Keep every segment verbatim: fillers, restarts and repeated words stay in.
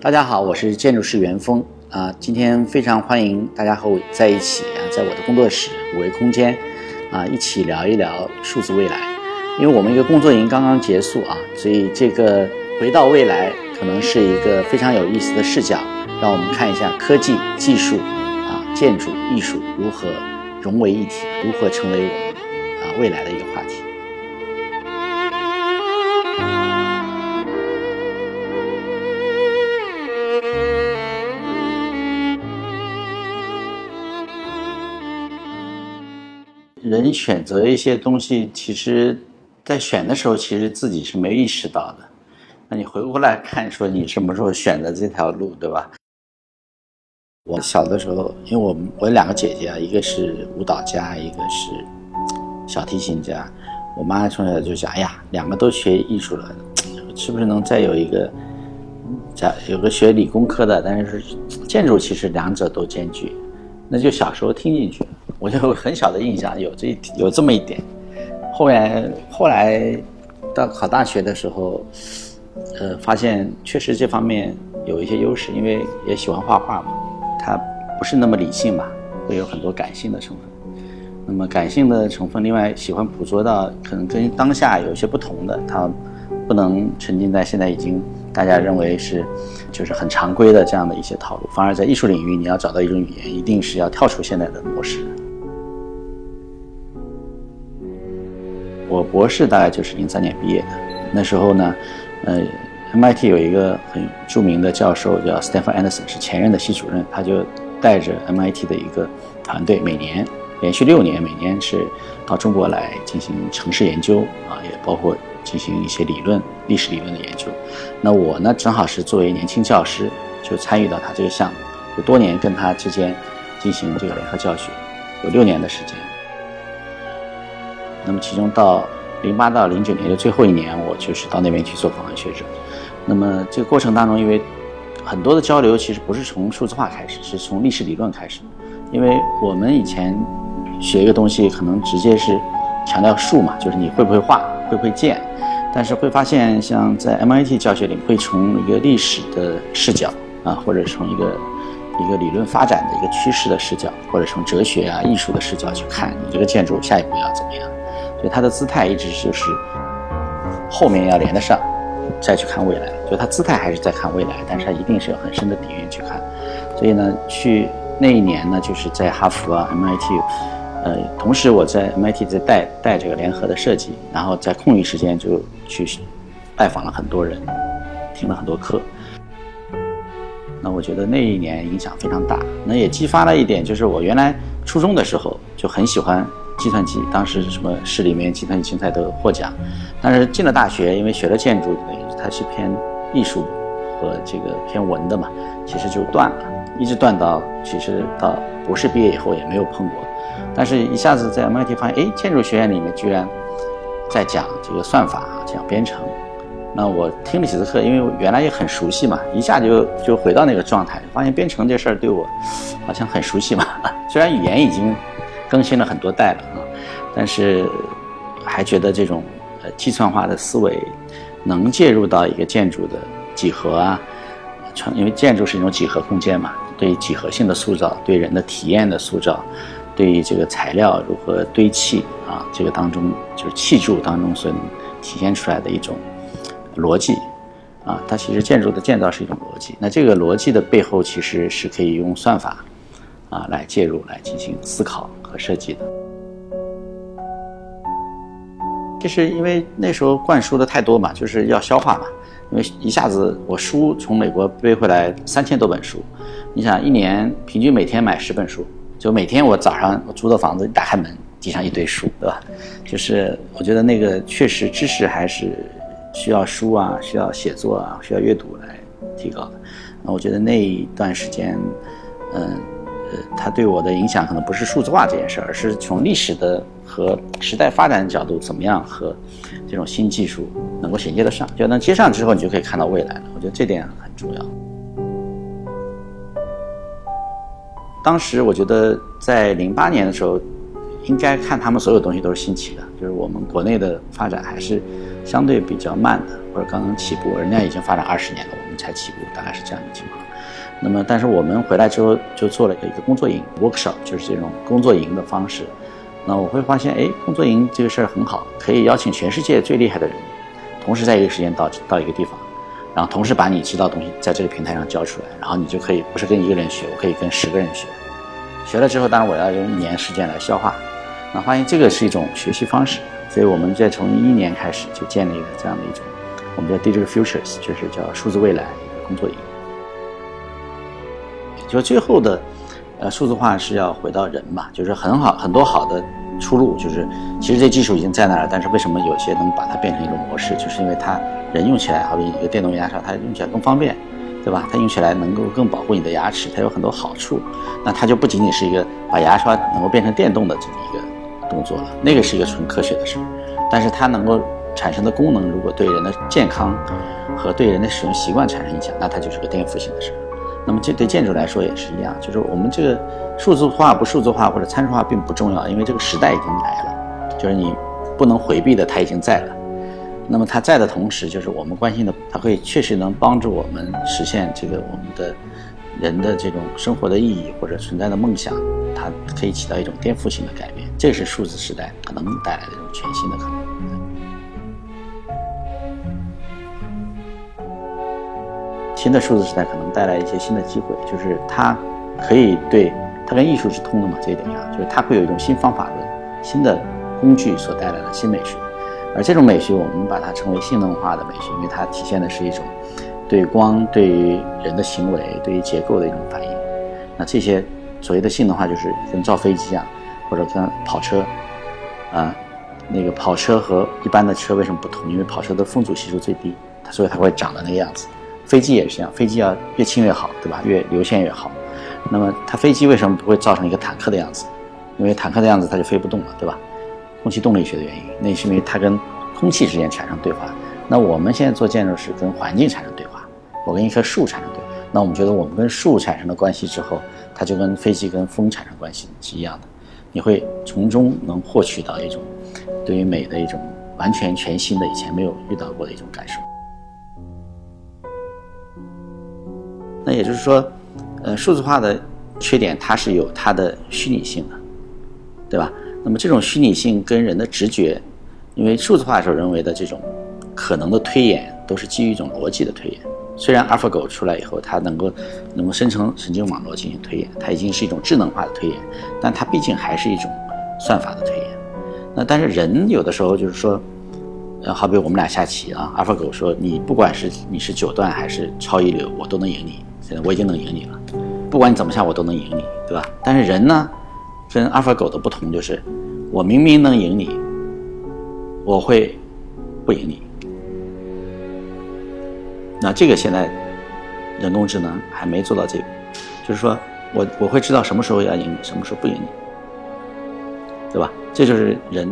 大家好，我是建筑师袁峰啊，今天非常欢迎大家和我在一起啊，在我的工作室五维空间啊，一起聊一聊数字未来。因为我们一个工作营刚刚结束啊，所以这个回到未来可能是一个非常有意思的视角，让我们看一下科技、技术啊、建筑、艺术如何融为一体，如何成为我们啊未来的一个话题。人选择一些东西，其实在选的时候其实自己是没意识到的，那你回过来看说你什么时候选择这条路，对吧？我小的时候，因为我我有两个姐姐啊，一个是舞蹈家，一个是小提琴家。我妈从小就想，哎呀，两个都学艺术了，是不是能再有一个有个学理工科的，但是建筑其实两者都兼具，那就小时候听进去了。我就很小的印象有这有这么一点，后面后来到考大学的时候，呃，发现确实这方面有一些优势，因为也喜欢画画嘛，它不是那么理性嘛，会有很多感性的成分。那么感性的成分，另外喜欢捕捉到可能跟当下有些不同的，它不能沉浸在现在已经大家认为是就是很常规的这样的一些套路，反而在艺术领域你要找到一种语言，一定是要跳出现在的模式。我博士大概就是零三年毕业的，那时候呢，呃 ，M I T 有一个很著名的教授叫 Stanford Anderson， 是前任的系主任，他就带着 M I T 的一个团队，每年连续六年，每年是到中国来进行城市研究啊，也包括进行一些理论、历史理论的研究。那我呢，正好是作为年轻教师，就参与到他这个项目，有多年跟他之间进行这个联合教学，有六年的时间。那么其中到零八到零九年的最后一年，我就是到那边去做访问学者。那么这个过程当中，因为很多的交流其实不是从数字化开始，是从历史理论开始。因为我们以前学一个东西，可能直接是强调数嘛，就是你会不会画，会不会建。但是会发现，像在 M I T 教学里，会从一个历史的视角啊，或者从一个一个理论发展的一个趋势的视角，或者从哲学啊、艺术的视角去看你这个建筑下一步要怎么样。所以它的姿态一直就是后面要连得上，再去看未来。所以它姿态还是在看未来，但是它一定是有很深的底蕴去看。所以呢，去那一年呢，就是在哈佛啊 M I T， 呃，同时我在 M I T 在带带这个联合的设计，然后在空余时间就去拜访了很多人，听了很多课。那我觉得那一年影响非常大，那也激发了一点，就是我原来初中的时候就很喜欢计算机，当时什么市里面计算机竞赛都获奖，但是进了大学，因为学了建筑，它是偏艺术和这个偏文的嘛，其实就断了，一直断到其实到博士毕业以后也没有碰过。但是一下子在 M I T 发现，哎，建筑学院里面居然在讲这个算法，讲编程。那我听了几次课，因为原来也很熟悉嘛，一下就就回到那个状态，发现编程这事儿对我好像很熟悉嘛，虽然语言已经更新了很多代了啊，但是还觉得这种呃计算化的思维能介入到一个建筑的几何啊，因为建筑是一种几何空间嘛，对几何性的塑造，对人的体验的塑造，对于这个材料如何堆砌啊，这个当中就是砌筑当中所能体现出来的一种逻辑啊，它其实建筑的建造是一种逻辑，那这个逻辑的背后其实是可以用算法啊来介入来进行思考和设计的。其实因为那时候灌输的太多嘛，就是要消化嘛，因为一下子我书从美国背回来三千多本书，你想一年平均每天买十本书，就每天我早上我租的房子一打开门地上一堆书，对吧？就是我觉得那个确实知识还是需要书啊，需要写作啊，需要阅读来提高的。那我觉得那一段时间嗯呃，它对我的影响可能不是数字化这件事，而是从历史的和时代发展的角度，怎么样和这种新技术能够衔接得上，就能接上之后，你就可以看到未来了。我觉得这点很重要。当时我觉得在零八年的时候，应该看他们所有东西都是新奇的，就是我们国内的发展还是相对比较慢的， 或者刚刚起步，人家已经发展二十年了，我们才起步，大概是这样的情况。那么但是我们回来之后就做了一个工作营 workshop， 就是这种工作营的方式。那我会发现，哎，工作营这个事儿很好，可以邀请全世界最厉害的人，同时在一个时间到到一个地方，然后同时把你知道的东西在这个平台上教出来，然后你就可以不是跟一个人学，我可以跟十个人学。学了之后，当然我要用一年时间来消化。那发现这个是一种学习方式，所以我们在从一一年开始就建立了这样的一种，我们叫 Digital Futures， 就是叫数字未来一个工作营。就最后的，呃，数字化是要回到人嘛，就是很好很多好的出路，就是其实这技术已经在那儿了，但是为什么有些能把它变成一种模式，就是因为它人用起来，好比一个电动牙刷，它用起来更方便，对吧？它用起来能够更保护你的牙齿，它有很多好处。那它就不仅仅是一个把牙刷能够变成电动的这么一个动作了，那个是一个纯科学的事，但是它能够产生的功能，如果对人的健康和对人的使用习惯产生影响，那它就是个颠覆性的事。那么这对建筑来说也是一样，就是我们这个数字化不数字化或者参数化并不重要，因为这个时代已经来了，就是你不能回避的，它已经在了。那么它在的同时，就是我们关心的，它会确实能帮助我们实现这个我们的人的这种生活的意义或者存在的梦想，它可以起到一种颠覆性的改变，这是数字时代可能带来的一种全新的可能。新的数字时代可能带来一些新的机会，就是它可以对它跟艺术是通的嘛，这一点上就是它会有一种新方法论、新的工具所带来的新美学，而这种美学我们把它称为性能化的美学，因为它体现的是一种对光、对于人的行为、对于结构的一种反应。那这些所谓的性能化就是跟造飞机一样，或者跟跑车啊，那个跑车和一般的车为什么不同？因为跑车的风阻系数最低，所以它会长得那个样子。飞机也是这样，飞机要越轻越好，对吧？越流线越好。那么它飞机为什么不会造成一个坦克的样子？因为坦克的样子它就飞不动了，对吧？空气动力学的原因，那是因为它跟空气之间产生对话。那我们现在做建筑是跟环境产生对话，我跟一棵树产生对话。那我们觉得我们跟树产生了关系之后，它就跟飞机跟风产生关系是一样的。你会从中能获取到一种对于美的一种完全全新的以前没有遇到过的一种感受。那也就是说，呃，数字化的缺点它是有它的虚拟性的，对吧？那么这种虚拟性跟人的直觉，因为数字化的时候人为的这种可能的推演都是基于一种逻辑的推演。虽然 AlphaGo 出来以后，它能够能够生成神经网络进行推演，它已经是一种智能化的推演，但它毕竟还是一种算法的推演。那但是人有的时候就是说，呃，好比我们俩下棋啊 ，AlphaGo 说你不管是你是九段还是超一流，我都能赢你。现在我已经能赢你了，不管你怎么下我都能赢你，对吧？但是人呢，跟 AlphaGo 的不同就是，我明明能赢你，我会不赢你。那这个现在人工智能还没做到这个，就是说我我会知道什么时候要赢你，什么时候不赢你，对吧？这就是人。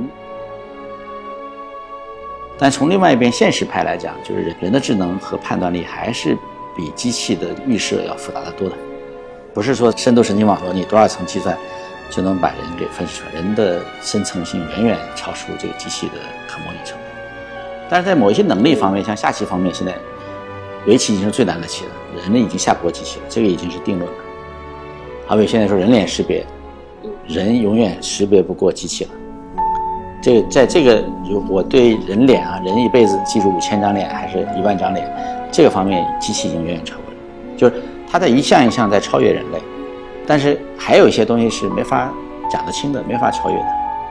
但从另外一边现实派来讲，就是人的智能和判断力还是比机器的预设要复杂得多的，不是说深度神经网络你多少层计算就能把人给分析出来，人的深层性远远超出这个机器的可模拟程度。但是在某一些能力方面，像下棋方面，现在围棋已经是最难的棋了，人类已经下不过机器了，这个已经是定论了。好比现在说人脸识别，人永远识别不过机器了。这个在这个我对人脸啊，人一辈子记住五千张脸还是一万张脸，这个方面机器已经远远超过了，就是它在一项一项在超越人类，但是还有一些东西是没法讲得清的，没法超越的。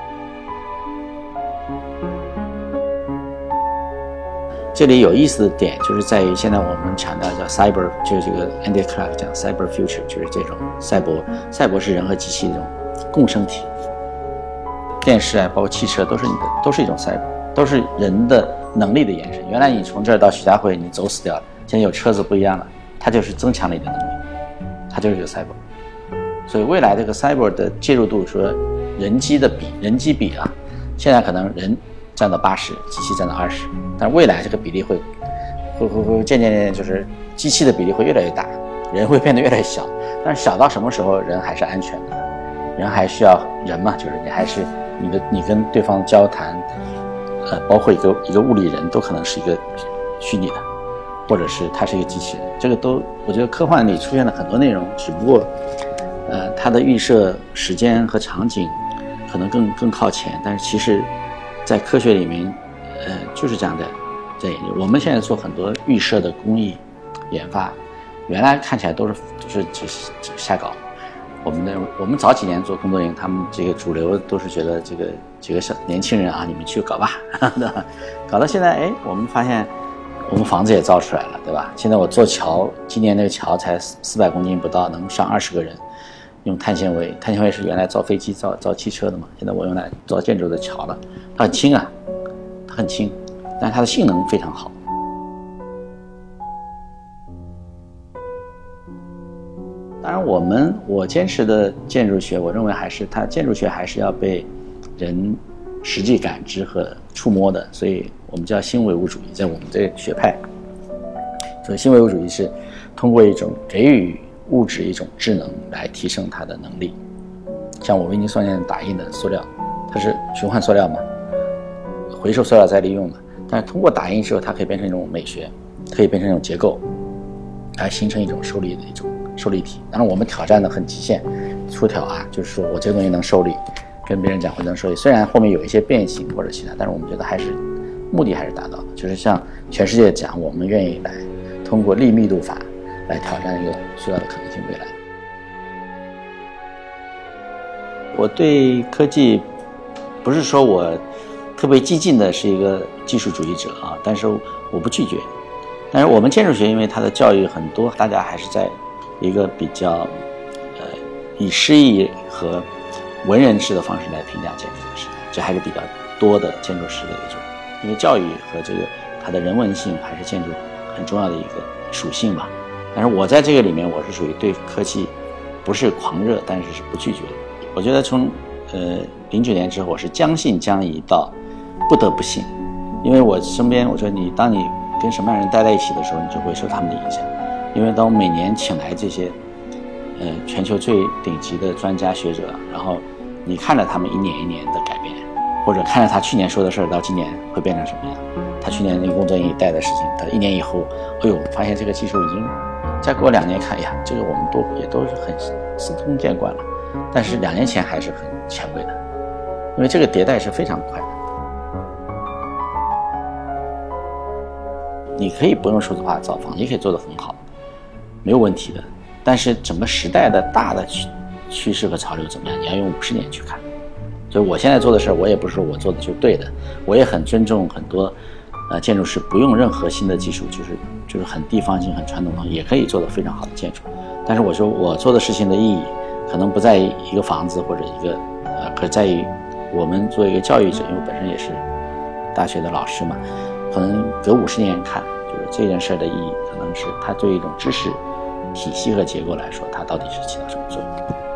这里有意思的点就是在于现在我们强调叫 cyber， 就是这个 Andy Clark 讲 cyber future， 就是这种赛博，赛博是人和机器这种共生体。电视啊，包括汽车都是你的，都是一种 cyber， 都是人的能力的延伸。原来你从这儿到徐家汇你走死掉了，现在有车子不一样了，它就是增强了你的能力，它就是一个 cyber。所以未来这个 cyber 的介入度，说人机的比人机比啊，现在可能人占到八十，机器占到二十，但是未来这个比例会会会会渐渐渐就是机器的比例会越来越大，人会变得越来越小。但是小到什么时候人还是安全的？人还需要人嘛，就是你还是你的你跟对方交谈，呃，包括一个一个物理人都可能是一个虚拟的，或者是它是一个机器人，这个都我觉得科幻里出现了很多内容，只不过呃它的预设时间和场景可能更更靠前，但是其实在科学里面呃就是这样的在研究。我们现在做很多预设的工艺研发，原来看起来都是都是只只瞎搞。我们的我们早几年做工作营，他们这个主流都是觉得这个几个小年轻人啊，你们去搞吧，搞到现在，哎，我们发现我们房子也造出来了，对吧？现在我做桥，今年那个桥才四百公斤不到，能上二十个人，用碳纤维，碳纤维是原来造飞机、造造汽车的嘛，现在我用来造建筑的桥了。它很轻啊，它很轻，但是它的性能非常好。当然，我们我坚持的建筑学，我认为还是它建筑学还是要被人实际感知和触摸的，所以我们叫新唯物主义，在我们这个学派。所以新唯物主义是通过一种给予物质一种智能来提升它的能力。像我为您所见打印的塑料，它是循环塑料嘛，回收塑料再利用嘛，但是通过打印之后，它可以变成一种美学，可以变成一种结构，来形成一种受力的一种受力体。当然我们挑战的很极限出挑啊，就是说我这个东西能受力，跟别人讲会能受力，虽然后面有一些变形或者其他，但是我们觉得还是目的还是达到了，就是向全世界讲我们愿意来通过力密度法来挑战一个塑料的可能性未来。我对科技不是说我特别激进的是一个技术主义者啊，但是我不拒绝。但是我们建筑学因为它的教育很多，大家还是在一个比较呃以诗意和文人式的方式来评价建筑的时代，这还是比较多的建筑师的一种，因为教育和这个它的人文性还是建筑很重要的一个属性吧。但是我在这个里面，我是属于对科技不是狂热，但是是不拒绝的。我觉得从呃零九年之后，我是将信将疑到不得不信，因为我身边，我说你当你跟什么样的人待在一起的时候，你就会受他们的影响。因为当我每年请来这些呃全球最顶级的专家学者，然后你看着他们一年一年的改变，或者看着他去年说的事儿到今年会变成什么样，他去年那个工作营带的事情，他一年以后，哎呦，发现这个技术已经再过两年看，哎呀，这个我们都也都是很司空见惯了，但是两年前还是很前卫的，因为这个迭代是非常快的。你可以不用数字化造房，也可以做得很好，没有问题的。但是整个时代的大的趋势和潮流怎么样，你要用五十年去看。所以我现在做的事儿，我也不是说我做的就对的，我也很尊重很多呃建筑师不用任何新的技术，就是就是很地方性、很传统的，也可以做得非常好的建筑。但是我说我做的事情的意义，可能不在于一个房子或者一个呃，可在于我们作为一个教育者，因为我本身也是大学的老师嘛，可能隔五十年看，就是这件事的意义，可能是它对一种知识体系和结构来说，它到底是起到什么作用。